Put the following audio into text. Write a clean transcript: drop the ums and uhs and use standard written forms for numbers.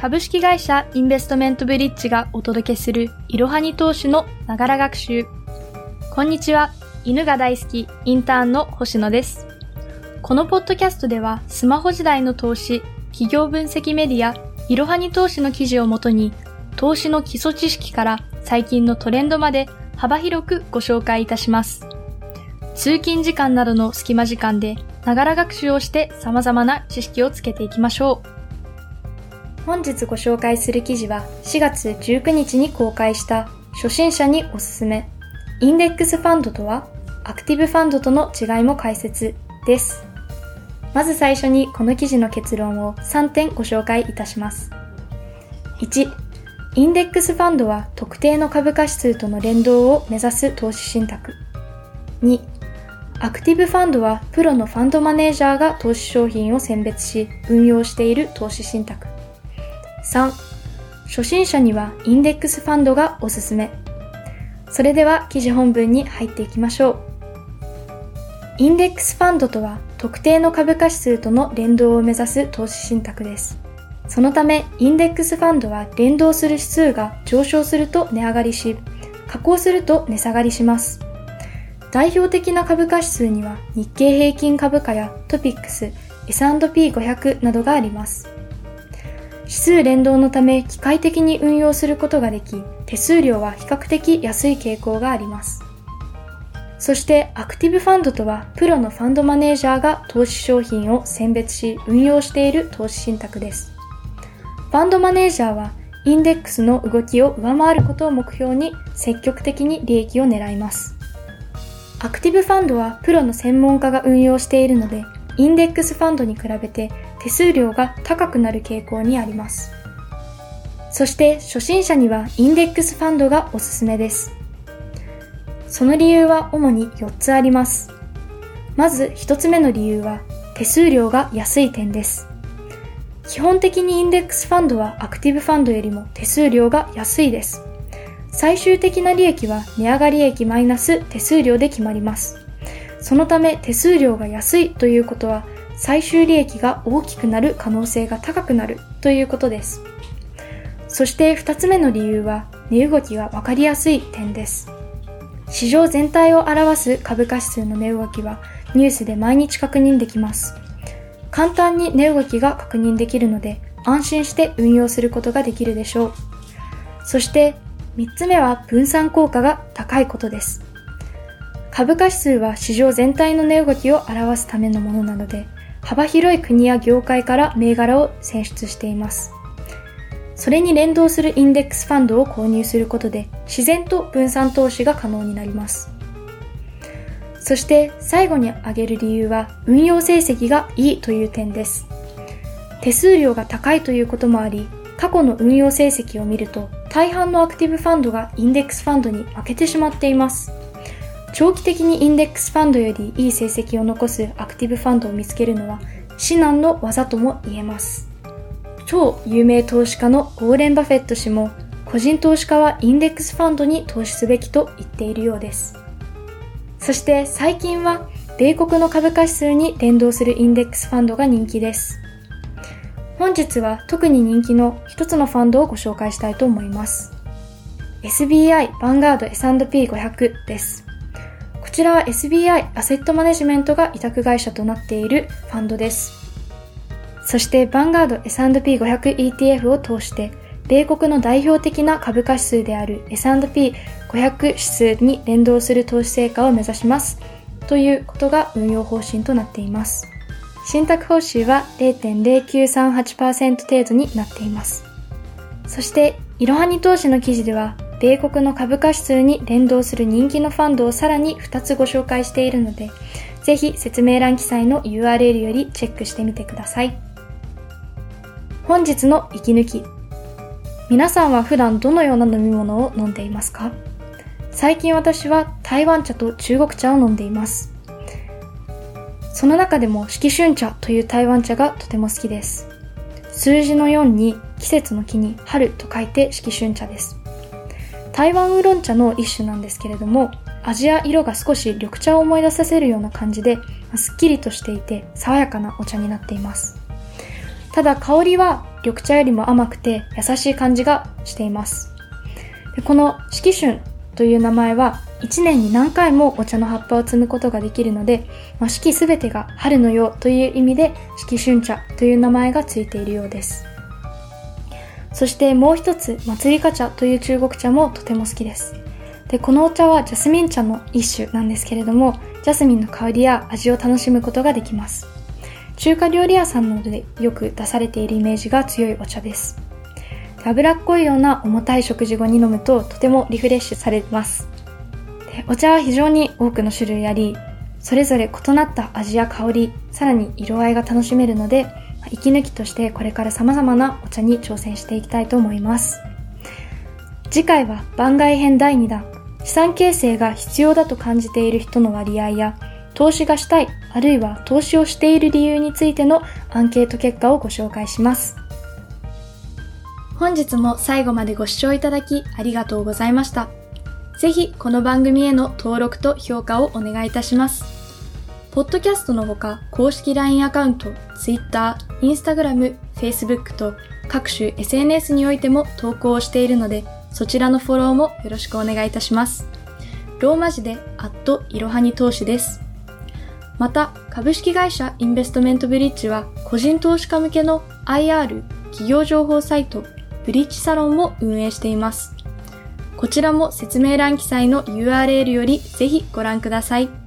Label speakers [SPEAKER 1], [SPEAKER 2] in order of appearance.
[SPEAKER 1] 株式会社インベストメントブリッジがお届けするいろはに投資のながら学習。こんにちは。犬が大好きインターンの星野です。このポッドキャストではスマホ時代の投資、企業分析メディア、いろはに投資の記事をもとに投資の基礎知識から最近のトレンドまで幅広くご紹介いたします。通勤時間などの隙間時間でながら学習をして様々な知識をつけていきましょう。本日ご紹介する記事は4月19日に公開した初心者におすすめインデックスファンドとはアクティブファンドとの違いも解説です。まず最初にこの記事の結論を3点ご紹介いたします。1、インデックスファンドは特定の株価指数との連動を目指す投資信託。2、アクティブファンドはプロのファンドマネージャーが投資商品を選別し運用している投資信託。3、初心者にはインデックスファンドがおすすめ。それでは記事本文に入っていきましょう。インデックスファンドとは特定の株価指数との連動を目指す投資信託です。そのためインデックスファンドは連動する指数が上昇すると値上がりし、下降すると値下がりします。代表的な株価指数には日経平均株価やトピックス、S&P500 などがあります。指数連動のため機械的に運用することができ、手数料は比較的安い傾向があります。そしてアクティブファンドとはプロのファンドマネージャーが投資商品を選別し運用している投資信託です。ファンドマネージャーはインデックスの動きを上回ることを目標に積極的に利益を狙います。アクティブファンドはプロの専門家が運用しているので、インデックスファンドに比べて手数料が高くなる傾向にあります。そして初心者にはインデックスファンドがおすすめです。その理由は主に4つあります。まず1つ目の理由は手数料が安い点です。基本的にインデックスファンドはアクティブファンドよりも手数料が安いです。最終的な利益は値上がり益マイナス手数料で決まります。そのため手数料が安いということは最終利益が大きくなる可能性が高くなるということです。そして2つ目の理由は値動きがわかりやすい点です。市場全体を表す株価指数の値動きはニュースで毎日確認できます。簡単に値動きが確認できるので安心して運用することができるでしょう。そして3つ目は分散効果が高いことです。株価指数は市場全体の値動きを表すためのものなので、幅広い国や業界から銘柄を選出しています。それに連動するインデックスファンドを購入することで、自然と分散投資が可能になります。そして最後に挙げる理由は、運用成績がいいという点です。手数料が高いということもあり、過去の運用成績を見ると、大半のアクティブファンドがインデックスファンドに負けてしまっています。長期的にインデックスファンドよりいい成績を残すアクティブファンドを見つけるのは至難の技とも言えます。超有名投資家のウォーレン・バフェット氏も個人投資家はインデックスファンドに投資すべきと言っているようです。そして最近は米国の株価指数に連動するインデックスファンドが人気です。本日は特に人気の一つのファンドをご紹介したいと思います。SBI ヴァンガード S&P500 です。こちらは SBI アセットマネジメントが委託会社となっているファンドです。そしてヴァンガード S&P500 ETF を通して米国の代表的な株価指数である S&P500 指数に連動する投資成果を目指しますということが運用方針となっています。信託報酬は 0.0938% 程度になっています。そしていろはに投資の記事では米国の株価指数に連動する人気のファンドをさらに2つご紹介しているので、ぜひ説明欄記載の URL よりチェックしてみてください。本日の息抜き。皆さんは普段どのような飲み物を飲んでいますか？最近私は台湾茶と中国茶を飲んでいます。その中でも四季春茶という台湾茶がとても好きです。数字の4に季節の木に春と書いて四季春茶です。台湾ウーロン茶の一種なんですけれども、味や色が少し緑茶を思い出させるような感じで、すっきりとしていて爽やかなお茶になっています。ただ香りは緑茶よりも甘くて優しい感じがしています。でこの四季春という名前は1年に何回もお茶の葉っぱを摘むことができるので、四季すべてが春のようという意味で四季春茶という名前がついているようです。そしてもう一つ、祭り花茶という中国茶もとても好きです。でこのお茶はジャスミン茶の一種なんですけれども、ジャスミンの香りや味を楽しむことができます。中華料理屋さんなどでよく出されているイメージが強いお茶です。脂っこいような重たい食事後に飲むととてもリフレッシュされます。でお茶は非常に多くの種類あり、それぞれ異なった味や香り、さらに色合いが楽しめるので、息抜きとしてこれから様々なお茶に挑戦していきたいと思います。次回は番外編第2弾、資産形成が必要だと感じている人の割合や、投資がしたい、あるいは投資をしている理由についてのアンケート結果をご紹介します。本日も最後までご視聴いただきありがとうございました。ぜひこの番組への登録と評価をお願いいたします。ポッドキャストのほか公式 LINE アカウント、Twitter、Instagram、Facebook と各種 SNS においても投稿をしているので、そちらのフォローもよろしくお願いいたします。ローマ字でいろはに投資です。また、株式会社インベストメントブリッジは個人投資家向けの IR 企業情報サイトブリッジサロンも運営しています。こちらも説明欄記載の URL よりぜひご覧ください。